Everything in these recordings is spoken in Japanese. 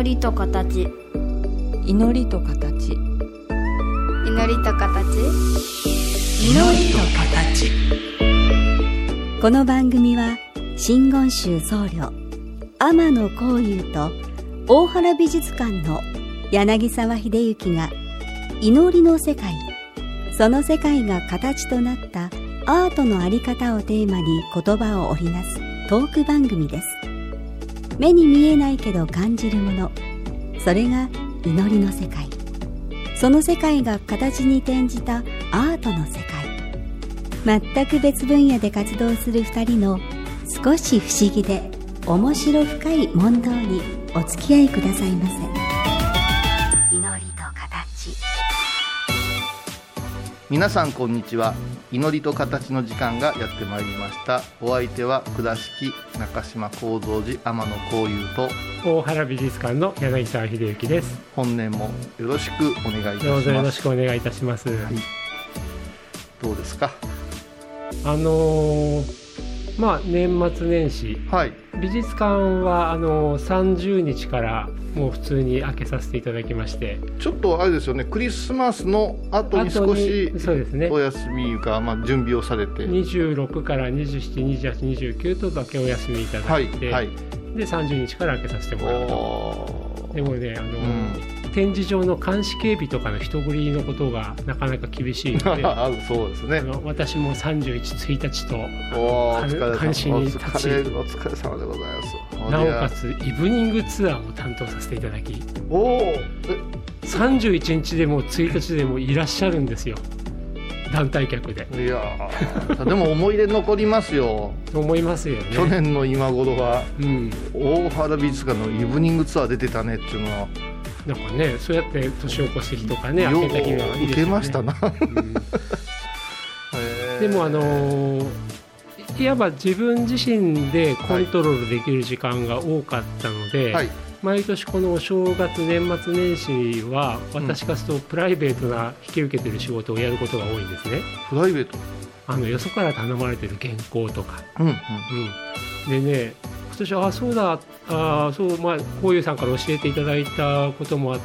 祈りと形、 祈りと形、 祈りと形、 祈りと形。 この番組は真言宗僧侶天野幸雄と大原美術館の柳沢秀行が祈りの世界、その世界が形となったアートのあり方をテーマに言葉を織りなすトーク番組です。目に見えないけど感じるもの、それが祈りの世界。その世界が形に転じたアートの世界。全く別分野で活動する二人の少し不思議で面白深い問答にお付き合いくださいませ。祈りと形。 皆さんこんにちは。祈りと形の時間がやってまいりました。お相手は倉敷中島幸三寺天野幸雄と大原美術館の柳沢秀行です。 本年もよろしくお願いいたします。 どうぞよろしくお願いいたします。はい、 どうですか？ 年末年始、はい、美術館は30日からもう普通に開けさせていただきまして、ちょっとあれですよね、クリスマスの後に少しお休みが、準備をされて26から27、28、29とだけお休みいただいて、はいはい、で30日から開けさせてもらうと。でもね展示場の監視警備とかの人繰りのことがなかなか厳しいのでそうですね、私も31、1日と監視に立ち、お疲れ様でございます。なおかつイブニングツアーも担当させていただき、31日でも1日でもいらっしゃるんですよ、団体客で。いやでも思い出残りますよ思いますよね。去年の今頃は、大原美術館のイブニングツアー出てたねっていうのはなんかね、そうやって年を越す日とかね、開けた日はいいですよね。受けましたな、でもいわば自分自身でコントロールできる時間が多かったので、はい、毎年このお正月年末年始は私からするとプライベートな引き受けてる仕事をやることが多いんですね。プライベート？よそから頼まれてる原稿とか、でね、今年そうだ、こういうさんから教えていただいたこともあって、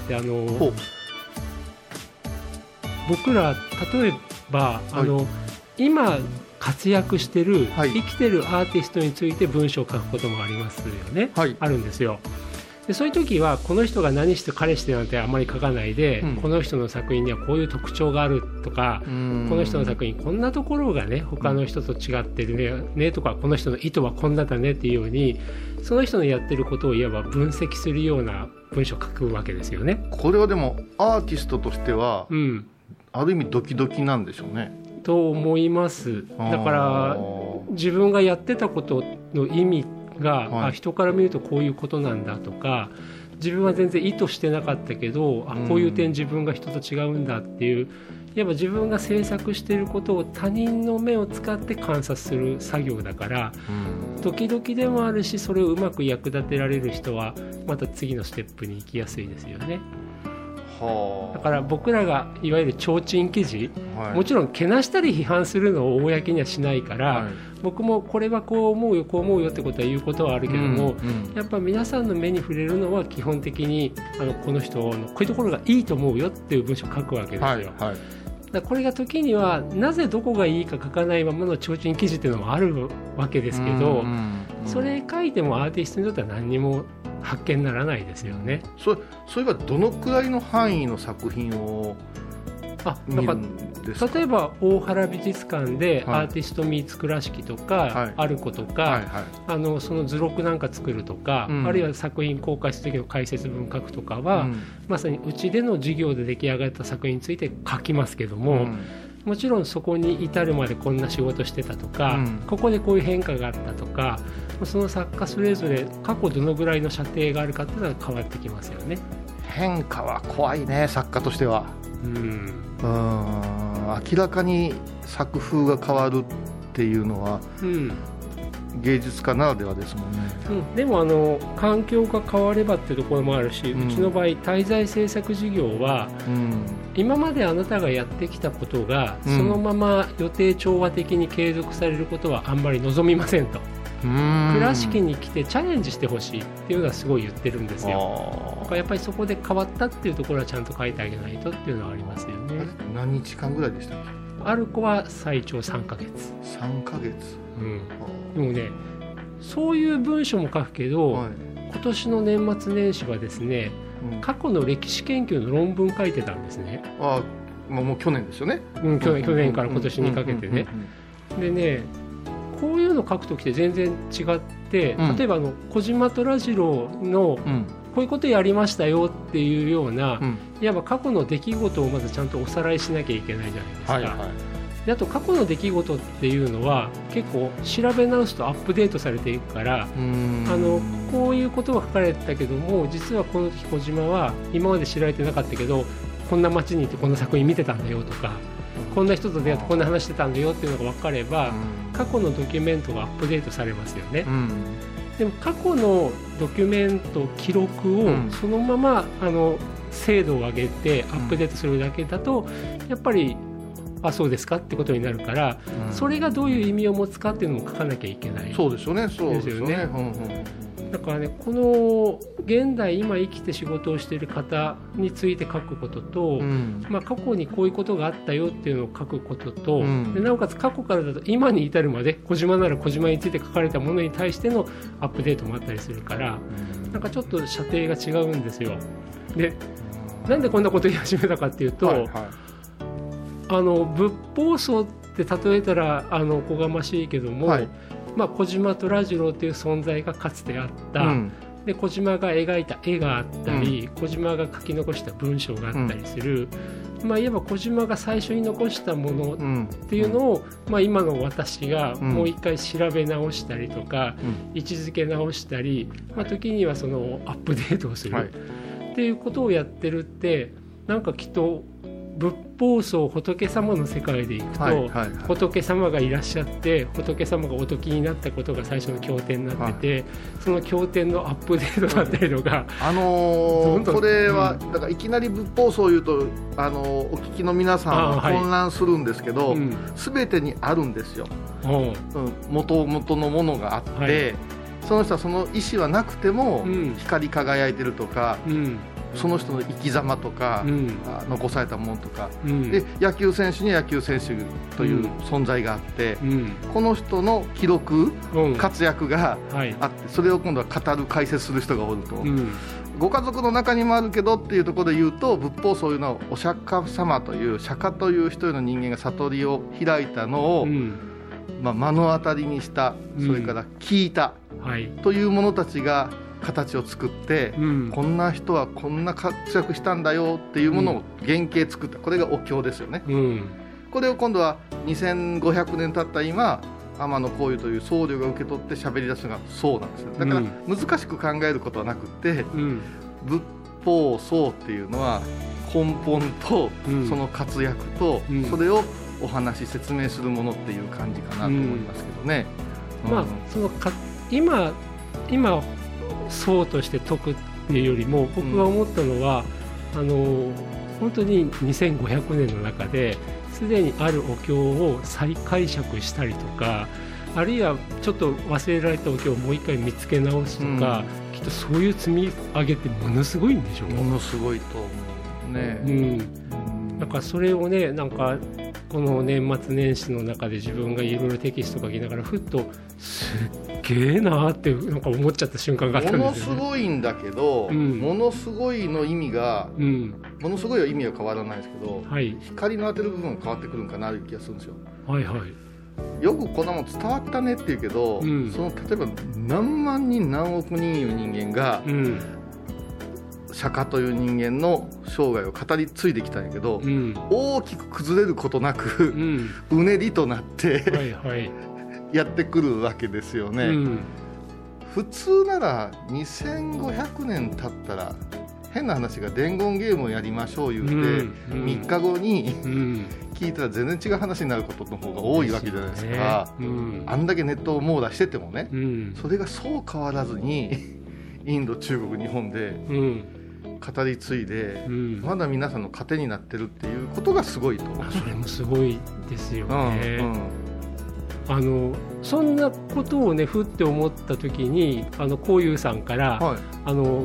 僕ら例えば今活躍してる、生きてるアーティストについて文章を書くこともありますよね、あるんですよ。でそういう時はこの人が何して彼してなんてあんまり書かないで、この人の作品にはこういう特徴があるとか、この人の作品こんなところがね他の人と違ってる ねとか、この人の意図はこんなだねっていうように、その人のやってることをいわば分析するような文章を書くわけですよね。これはでもアーティストとしては、ある意味ドキドキなんでしょうねと思います。だから自分がやってたことの意味が、人から見るとこういうことなんだとか、自分は全然意図してなかったけどこういう点自分が人と違うんだっていう、いわば自分が制作していることを他人の目を使って観察する作業だから、ドキドキでもあるし、それをうまく役立てられる人はまた次のステップに行きやすいですよね。だから僕らがいわゆる提灯記事、もちろんけなしたり批判するのを公にはしないから、僕もこれはこう思うよこう思うよってことは言うことはあるけども、やっぱ皆さんの目に触れるのは基本的にこの人のこういうところがいいと思うよっていう文章を書くわけですよ、だこれが時にはなぜどこがいいか書かないままの提灯記事っていうのもあるわけですけど、それ書いてもアーティストにとっては何にも発見にならないですよね。そういえばどのくらいの範囲の作品を見るんですか？例えば大原美術館でアーティストミーツ倉敷とか、ある子とか、その図録なんか作るとか、あるいは作品公開する時の解説文書くとかは、まさにうちでの授業で出来上がった作品について書きますけども、もちろんそこに至るまでこんな仕事してたとか、ここでこういう変化があったとか、その作家それぞれ過去どのぐらいの射程があるかっていうのは変わってきますよね。変化は怖いね、作家としては。明らかに作風が変わるっていうのは、芸術家ならではですもんね、でも環境が変わればっていうところもあるし、うちの場合滞在制作事業は、今まであなたがやってきたことが、そのまま予定調和的に継続されることはあんまり望みませんと。 倉敷に来てチャレンジしてほしいっていうのはすごい言ってるんですよ。だからやっぱりそこで変わったっていうところはちゃんと書いてあげないとっていうのはありますよね。 何日間ぐらいでしたっけ？ ある子は最長3ヶ月。 3ヶ月、 でもね、そういう文章も書くけど、 はい、 今年の年末年始はですね、過去の歴史研究の論文書いてたんですね。 もう去年ですよね。 去年から今年にかけてね。でね、こういうの書くときって全然違って、例えば小島虎次郎のこういうことやりましたよっていうような、いわば過去の出来事をまずちゃんとおさらいしなきゃいけないじゃないですか。はいはい、であと過去の出来事っていうのは結構調べ直すとアップデートされていくから、こういうことが書かれてたけども、実はこの時小島は今まで知られてなかったけど、こんな街に行ってこんな作品見てたんだよとか、こんな人と出会ってこんな話してたんだよっていうのが分かれば、過去のドキュメントがアップデートされますよね。でも過去のドキュメント記録をそのまま精度を上げてアップデートするだけだと、やっぱりそうですかってことになるから、それがどういう意味を持つかっていうのも書かなきゃいけない。 そうですよね。そうですよね。 だからね、この現代今生きて仕事をしている方について書くことと、過去にこういうことがあったよっていうのを書くことと、でなおかつ過去からだと今に至るまで小島なら小島について書かれたものに対してのアップデートもあったりするから、なんかちょっと射程が違うんですよ。で、なんでこんなこと言い始めたかっていうと、仏法僧って例えたらおこがましいけども、小島虎次郎っていう存在がかつてあった、で小島が描いた絵があったり、小島が書き残した文章があったりする、いわば小島が最初に残したものっていうのを、今の私がもう一回調べ直したりとか、位置づけ直したり、時にはそのアップデートをする、っていうことをやってるって、なんかきっと仏法僧仏様の世界でいくと、仏様がいらっしゃって、仏様がお説きになったことが最初の経典になってて、その経典のアップデートだったりとか、 これはだからいきなり仏法僧を言うとお聞きの皆さんは混乱するんですけど、全てにあるんですよ。元々のものがあって、その人はその意思はなくても光り輝いてるとか、その人の生き様とか、残されたものとか、で野球選手に野球選手という存在があって、この人の記録、活躍があって、それを今度は語る解説する人がおると、ご家族の中にもあるけどっていうところで言うと、仏法僧いうのはお釈迦様という釈迦という一人の人間が悟りを開いたのを、目の当たりにした、それから聞いた、という者たちが形を作って、こんな人はこんな活躍したんだよっていうものを原型作った、これがお経ですよね。これを今度は2500年経った今、天野幸雄という僧侶が受け取って喋り出すのがそうなんですよ。だから難しく考えることはなくて、仏法僧っていうのは根本とその活躍と、それをお話説明するものっていう感じかなと思いますけどね。 その今僧として説くっていうよりも、僕が思ったのは、本当に2500年の中ですでにあるお経を再解釈したりとか、あるいはちょっと忘れられたお経をもう一回見つけ直すとか、きっとそういう積み上げってものすごいんでしょう。 ものすごいと思うね。 だからそれをね、なんかこの年末年始の中で自分がいろいろテキスト書きながら、ふっとすっげえなーってなんか思っちゃった瞬間があったんですよね。 ものすごいんだけど、ものすごいの意味が、ものすごいは意味は変わらないですけど、光の当てる部分が変わってくるんかなという気がするんですよ。よくこんなもん伝わったねって言うけど、その例えば何万人何億人いう人間が、釈迦という人間の生涯を語り継いできたんやけど、大きく崩れることなく、うねりとなってやってくるわけですよね。普通なら2500年経ったら、変な話が伝言ゲームをやりましょう言うて、3日後に聞いたら全然違う話になることの方が多いわけじゃないですか。あんだけネットを網羅しててもね、それがそう変わらずにインド、中国、日本で語り継いで、まだ皆さんの糧になってるっていうことがすごいと。 それもすごいですよね。 そんなことをねふって思った時にこういうさんから、はい、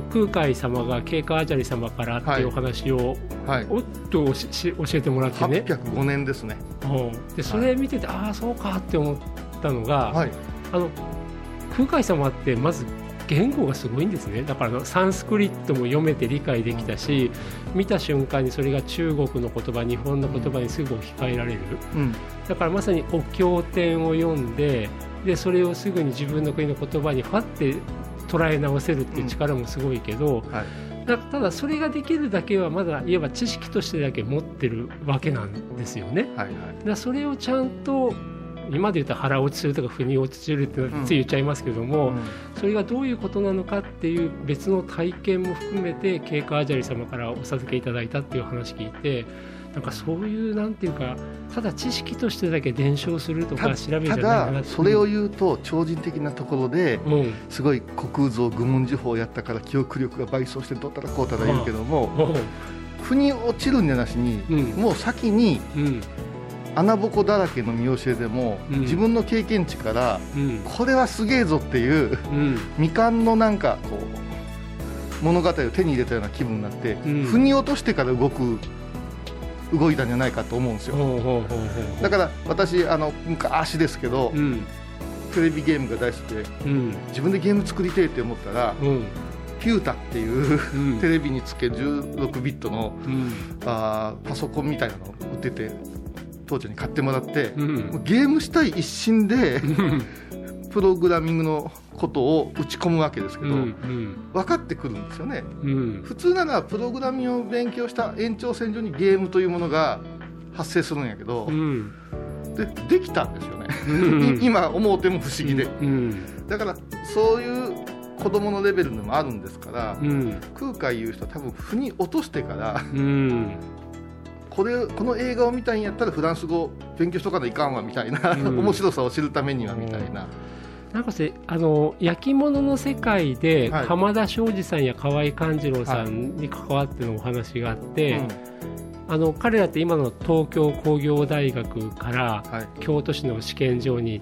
空海様が慶華阿闍梨様からっていうお話を、はい、おっと教えてもらってね 805年ですね、 でそれ見てて、ああそうかって思ったのが、はい、空海様ってまず言語がすごいんですね。だからサンスクリットも読めて理解できたし、見た瞬間にそれが中国の言葉、日本の言葉にすぐ置き換えられる、だからまさにお経典を読んで、それをすぐに自分の国の言葉にファって捉え直せるっていう力もすごいけど、ただそれができるだけはまだいわば知識としてだけ持ってるわけなんですよね。だからそれをちゃんと今で言うと腹落ちするとか腑に落ちるってつい言っちゃいますけども、それがどういうことなのかっていう別の体験も含めて慶華阿闍梨様からお授けいただいたっていう話聞いて、なんかそういうなんていうか、ただ知識としてだけ伝承するとか調べるじゃないかな。 ただそれを言うと超人的なところで、すごい虚空蔵愚問呪法をやったから記憶力が倍増してどうたらこうたら言うけども、腑に落ちるんじゃなしに、もう先に、穴ぼこだらけの見教えでも、自分の経験値から、これはすげえぞっていう、未完のなんかこう物語を手に入れたような気分になって、腑に落としてから動いたんじゃないかと思うんですよ。だから私昔ですけど、テレビゲームが大好きで、自分でゲーム作りたいって思ったら、ピュータっていう、テレビにつけ16ビットの、パソコンみたいなのを売ってて、当時に買ってもらって、ゲームしたい一心でプログラミングのことを打ち込むわけですけど、分かってくるんですよね。普通ならプログラミングを勉強した延長線上にゲームというものが発生するんやけど、できたんですよね今思うても不思議で、だからそういう子供のレベルでもあるんですから、空海いう人は多分腑に落としてから、この映画を見たいんやったらフランス語勉強しとかないかんわみたいな、面白さを知るためにはみたいな、 なんか焼き物の世界で浜田庄司さんや河合勘次郎さんに関わってのお話があって、彼らって今の東京工業大学から京都市の試験場に行って、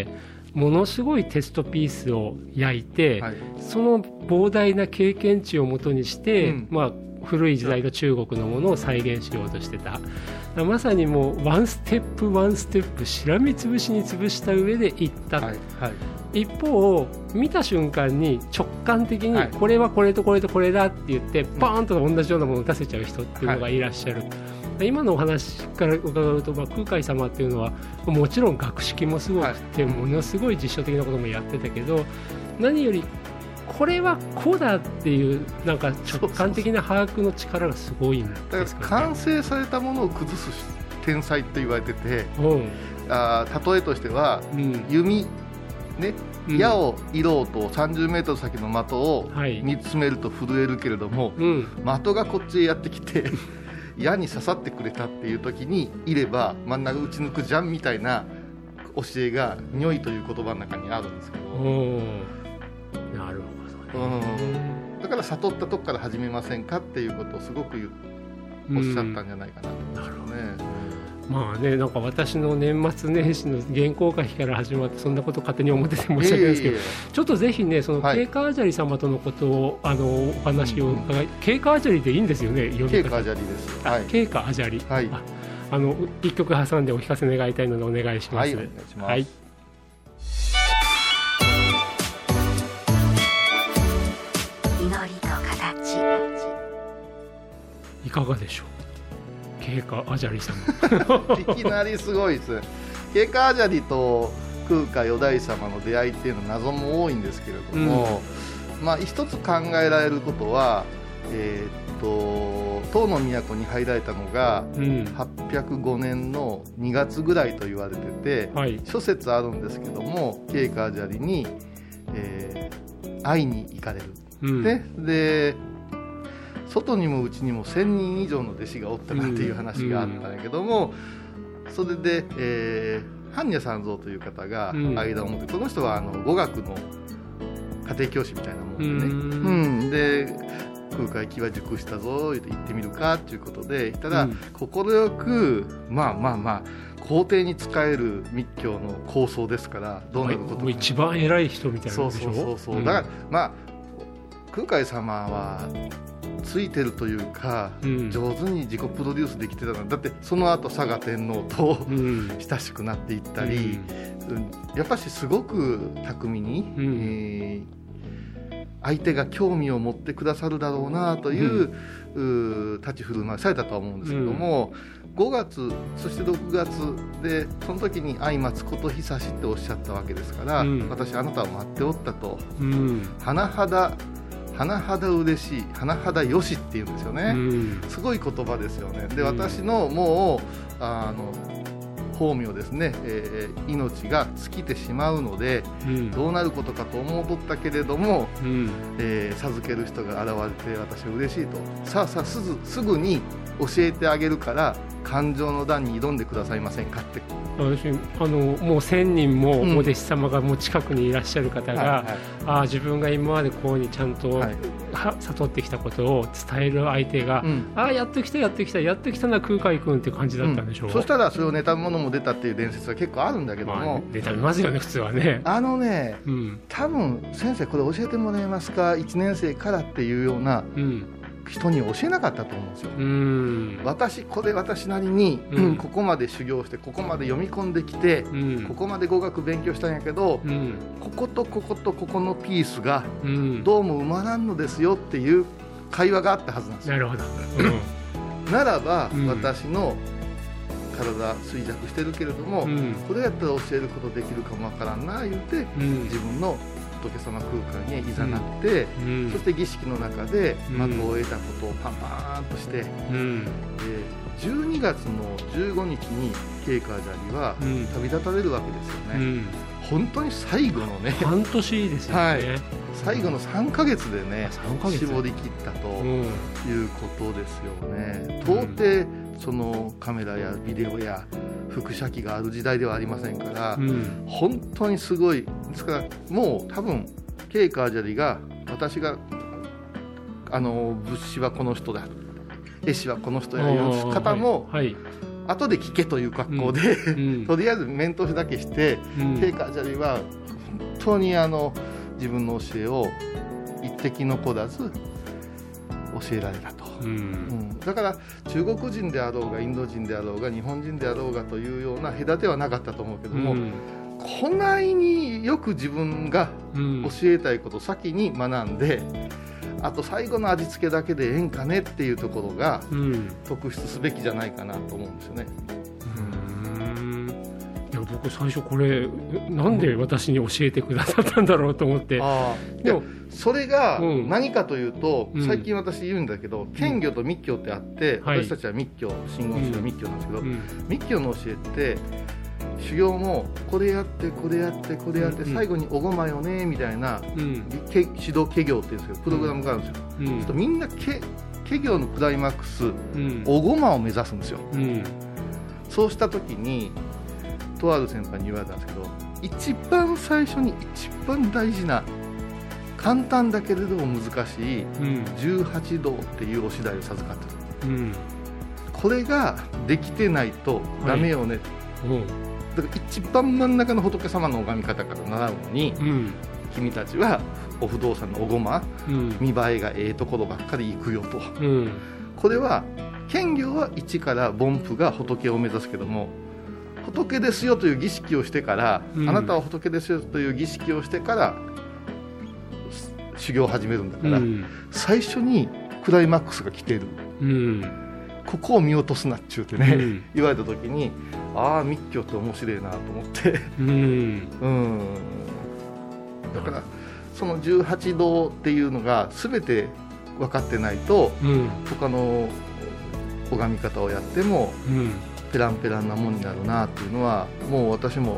ものすごいテストピースを焼いて、その膨大な経験値をもとにして、古い時代の中国のものを再現しようとしてた。まさにもうワンステップワンステップしらみつぶしに潰した上でいった、一方見た瞬間に直感的にこれはこれとこれとこれだって言ってバーンと同じようなものを出せちゃう人っていうのがいらっしゃる、今のお話から伺うと、空海様っていうのはもちろん学識もすごくて、ものすごい実証的なこともやってたけど、何よりこれはこうだっていうなんか直感的な把握の力がすごいんですかね。 だから完成されたものを崩す天才って言われてて、例えとしては、弓ね、矢を射ろうと30メートル先の的を見つめると震えるけれども、的がこっちへやってきて矢に刺さってくれたっていう時にいれば真ん中打ち抜くじゃんみたいな教えが如意という言葉の中にあるんですけど、 なるほどね。 だから悟ったとこから始めませんかっていうことをすごくおっしゃったんじゃないかなと思いますね。 まあね、なんか私の年末年始の原稿書きから始まってそんなこと勝手に思ってて申し訳ないですけど、ちょっとぜひね、その慶華阿闍梨様とのことをお話を伺い、慶華阿闍梨でいいんですよね、 慶華阿闍梨です。 慶華阿闍梨、一曲挟んでお聞かせ願いたいのでお願いします。 お願いします。 祈りと形、 いかがでしょう。慶華阿闍梨様いきなりすごいです。慶華阿闍梨と空海お大師様の出会いっていうのは謎も多いんですけれども、一つ考えられることは、唐の都に入られたのが、805年の2月ぐらいと言われてて、諸説あるんですけども、慶華阿闍梨に、会いに行かれる、で外にも内にも1000人以上の弟子がおったなんていう話があったんやけども、それで、般若三蔵という方が間を持って、この人は語学の家庭教師みたいなもんでね、で空海気は熟したぞ、行ってみるかということで、ただ快く皇帝に仕える密教の構想ですから、どうなることか、 もう一番偉い人みたいなんでしょ。 そう、だからまあ空海様はついてるというか、上手に自己プロデュースできてたのだって、その後嵯峨天皇と、親しくなっていったり、やっぱしすごく巧みに、相手が興味を持ってくださるだろうなという、立ち振る舞いされたとは思うんですけども、5月そして6月でその時に相松こと久しっておっしゃったわけですから、私あなたを待っておったと、甚だ嬉しい、甚だよしっていうんですよね、すごい言葉ですよね。で、私のもう法名ですね、命が尽きてしまうので、どうなることかと思うとったけれども、授ける人が現れて私は嬉しいと、さあすぐに教えてあげるから感情の段に挑んでくださいませんかって。 もう1000人もお弟子様がもう近くにいらっしゃる方が、自分が今までこうにちゃんと悟ってきたことを伝える相手が、やっと来たのは空海君って感じだったんでしょう。 そしたらそれを妬むものも出たっていう伝説が結構あるんだけども、 妬みますよね普通はね。 多分先生これ教えてもらえますか、1年生からっていうような、人に教えなかったと思うんですよ。私なりに、ここまで修行してここまで読み込んできて、ここまで語学勉強したんやけど、こことこことここのピースがどうも埋まらんのですよっていう会話があったはずなんですよ。 なるほど、 ならば、私の体衰弱してるけれども、これやったら教えることできるかもわからんな言うて、自分の仏様空間にいざなって、そして儀式の中で的を得たことをパンパンとして、12月の15日に慶華砂利は旅立たれるわけですよね。本当に最後のね半年ですよね、 最後の3ヶ月でね絞り切ったということですよね。到底そのカメラやビデオや複写機がある時代ではありませんから、本当にすごいですから、もう多分慶華砂利が、私が仏師はこの人だ、絵師はこの人やいう方も、後で聞けという格好で、とりあえず面通しだけして、慶華砂利は本当に自分の教えを一滴残らず教えられたと。だから中国人であろうがインド人であろうが日本人であろうがというような隔てはなかったと思うけども、こないによく自分が教えたいことを先に学んで、あと最後の味付けだけでええんかねっていうところが特筆すべきじゃないかなと思うんですよね。 いや、僕最初これなんで私に教えてくださったんだろうと思って。 でもそれが何かというと、最近私言うんだけど、謙虚と密教ってあって、私たちは密教、真言宗は密教なんですけど、密教の教えって修行もこれやってこれやってこれやって、最後におごまよねみたいな、指導化行っていうんですけどプログラムがあるんですよ。ちょっとみんな化行のクライマックス、おごまを目指すんですよ。そうした時にとある先輩に言われたんですけど、一番最初に一番大事な簡単だけれども難しい18道っていうお次第を授かってる、これができてないとダメよね、だから一番真ん中の仏様の拝み方から習うのに、君たちはお不動産のおごま、見栄えがええところばっかり行くよと、これは謙行は一から凡夫が仏を目指すけども、仏ですよという儀式をしてから、あなたは仏ですよという儀式をしてから修行を始めるんだから、最初にクライマックスが来ている、ここを見落とすなっちゅうてね、言われた時に、密教って面白いなと思って、だからその18道っていうのが全て分かってないと、他の拝み方をやっても、ペランペランなもんになるなっていうのは、もう私も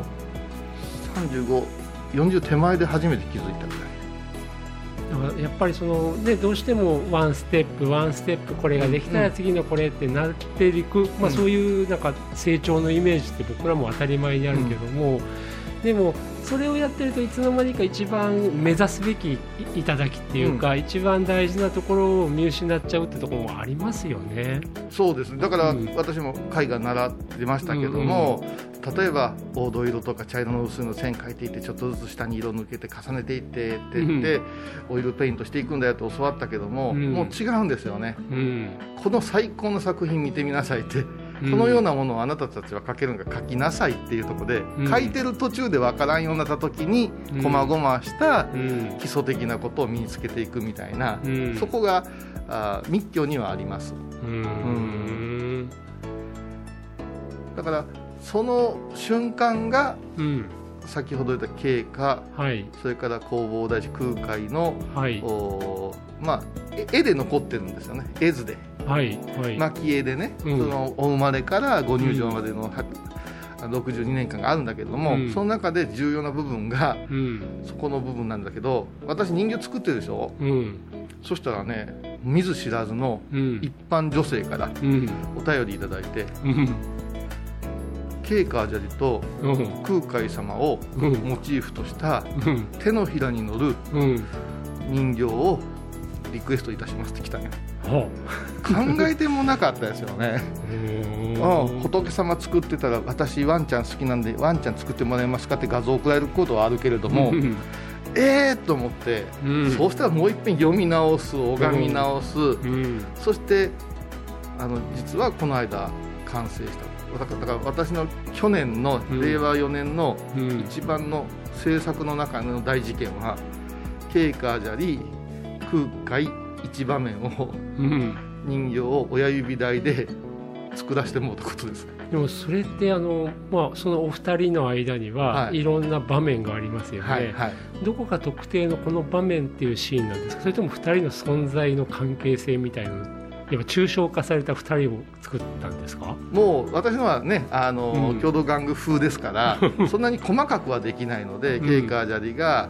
35、40手前で初めて気づいたぐらい。 だからやっぱりどうしてもワンステップこれができたら次のこれってなっていく、そういうなんか成長のイメージって僕らも当たり前にあるけども、 でもそれをやってるといつの間にか一番目指すべき頂っていうか、一番大事なところを見失っちゃうってところもありますよね。 そうですね。だから私も絵画習ってましたけども、例えば黄土色とか茶色の薄いの線描いていってちょっとずつ下に色抜けて重ねていってって言って、オイルペイントしていくんだよと教わったけども、もう違うんですよね。この最高の作品見てみなさいって、このようなものをあなたたちは描けるのか描きなさいっていうところで、描いてる途中で分からんようになった時に細々した基礎的なことを身につけていくみたいな、そこが密教にはあります。だからその瞬間が、先ほど言った経過、それから弘法大師空海の、絵で残ってるんですよね。絵図で、蒔絵でね、そのお生まれからご入場までの62年間があるんだけども、その中で重要な部分が、そこの部分なんだけど、私人形作ってるでしょ、そしたらね、見ず知らずの一般女性からお便りいただいて、慶華砂利と空海様をモチーフとした手のひらに乗る人形をリクエストいたしますって来たね。考えてもなかったですよね。仏様作ってたら、私ワンちゃん好きなんでワンちゃん作ってもらえますかって画像を送られることはあるけれども、と思って、そうしたらもう一遍読み直す、拝み直す、そして実はこの間完成した。だから私の去年の令和4年の一番の制作の中の大事件は、慶華砂利空海一場面を、人形を親指台で作らせてもらったことです。 でもそれってそのお二人の間にはいろんな場面がありますよね。どこか特定のこの場面っていうシーンなんですか、それとも二人の存在の関係性みたいな、やっぱ抽象化された2人を作ったんですか？ もう私のはね、郷土玩具風ですからそんなに細かくはできないので、慶華砂利が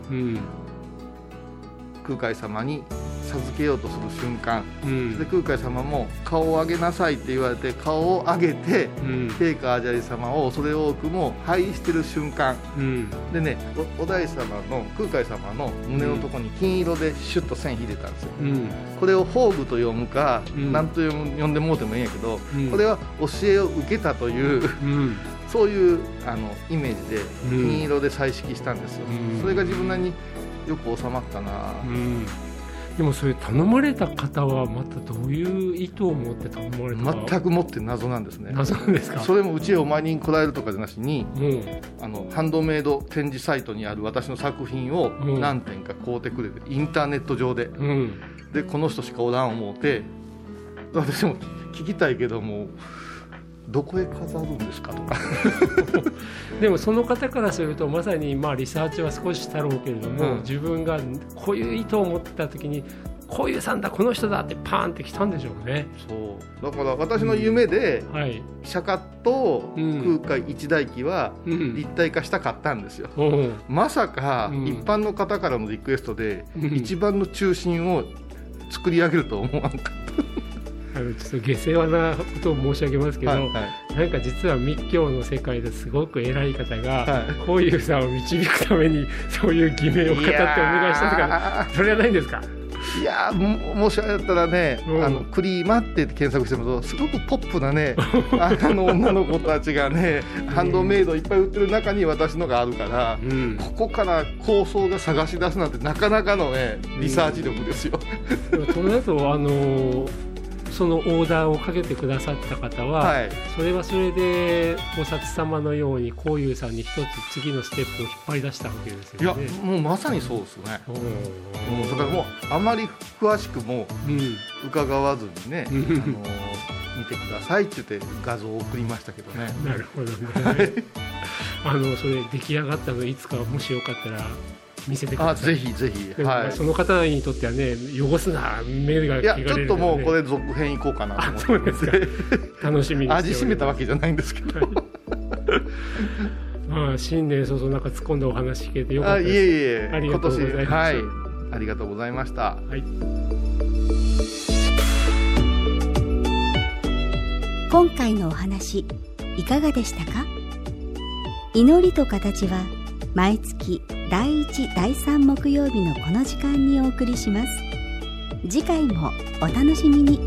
空海様に授けようとする瞬間、で空海様も顔を上げなさいって言われて顔を上げて、慶華砂利様を恐れ多くも拝してる瞬間、でね、お大師様の空海様の胸のところに金色でシュッと線引いてたんですよ。これを宝具と読むか、何と呼んでもうてもいいんやけど、これは教えを受けたという、そういうイメージで金色で彩色したんですよ。それが自分なりによく収まったな。 でもそれ頼まれた方はまたどういう意図を持って頼まれたか全くもって謎なんですね。 謎なんですか？ それもうちへお参りに来られるとかじゃなしに、ハンドメイド展示サイトにある私の作品を何点か買うてくれて、インターネット上で、でこの人しかおらん思うて、私も聞きたいけどもどこへ飾るんですかとかでもその方からするとまさにリサーチは少ししたろうけれども、自分がこういう意図を持った時にこういうさんだこの人だってパーンって来たんでしょうね。 そうだから私の夢で、釈迦と空海一代記は立体化したかったんですよ。まさか一般の方からのリクエストで一番の中心を作り上げると思わなかったちょっと下世話なことを申し上げますけど、なんか実は密教の世界ですごく偉い方がこういうさを導くためにそういう偽名を語ってお願いしたとか、それはないんですか？ いやもしあれだったらね、クリーマって検索してもすごくポップなね女の子たちがねハンドメイドいっぱい売ってる中に私のがあるから、ここから構想が探し出すなんてなかなかのねリサーチ力ですよ。 その後そのオーダーをかけてくださった方は、それはそれで菩薩様のようにこういうさんに一つ次のステップを引っ張り出したわけですよね。 いやもうまさにそうですね。だからもうあまり詳しくも伺わずにね、見てくださいって言って画像を送りましたけどね。 なるほどねそれ出来上がったのいつかもしよかったら見せてください。 ぜひぜひ、 その方にとってはね、汚すな目が汚れる、ね、いやちょっともうこれ続編いこうかなと思って。 そうですか楽しみにして味しめたわけじゃないんですけど新年早々なんか突っ込んだお話聞けてよかったです。 いえいえ、 ありがとうございました。 ありがとうございました。 今回のお話いかがでしたか？祈りと形は毎月第1第3木曜日のこの時間にお送りします。次回もお楽しみに。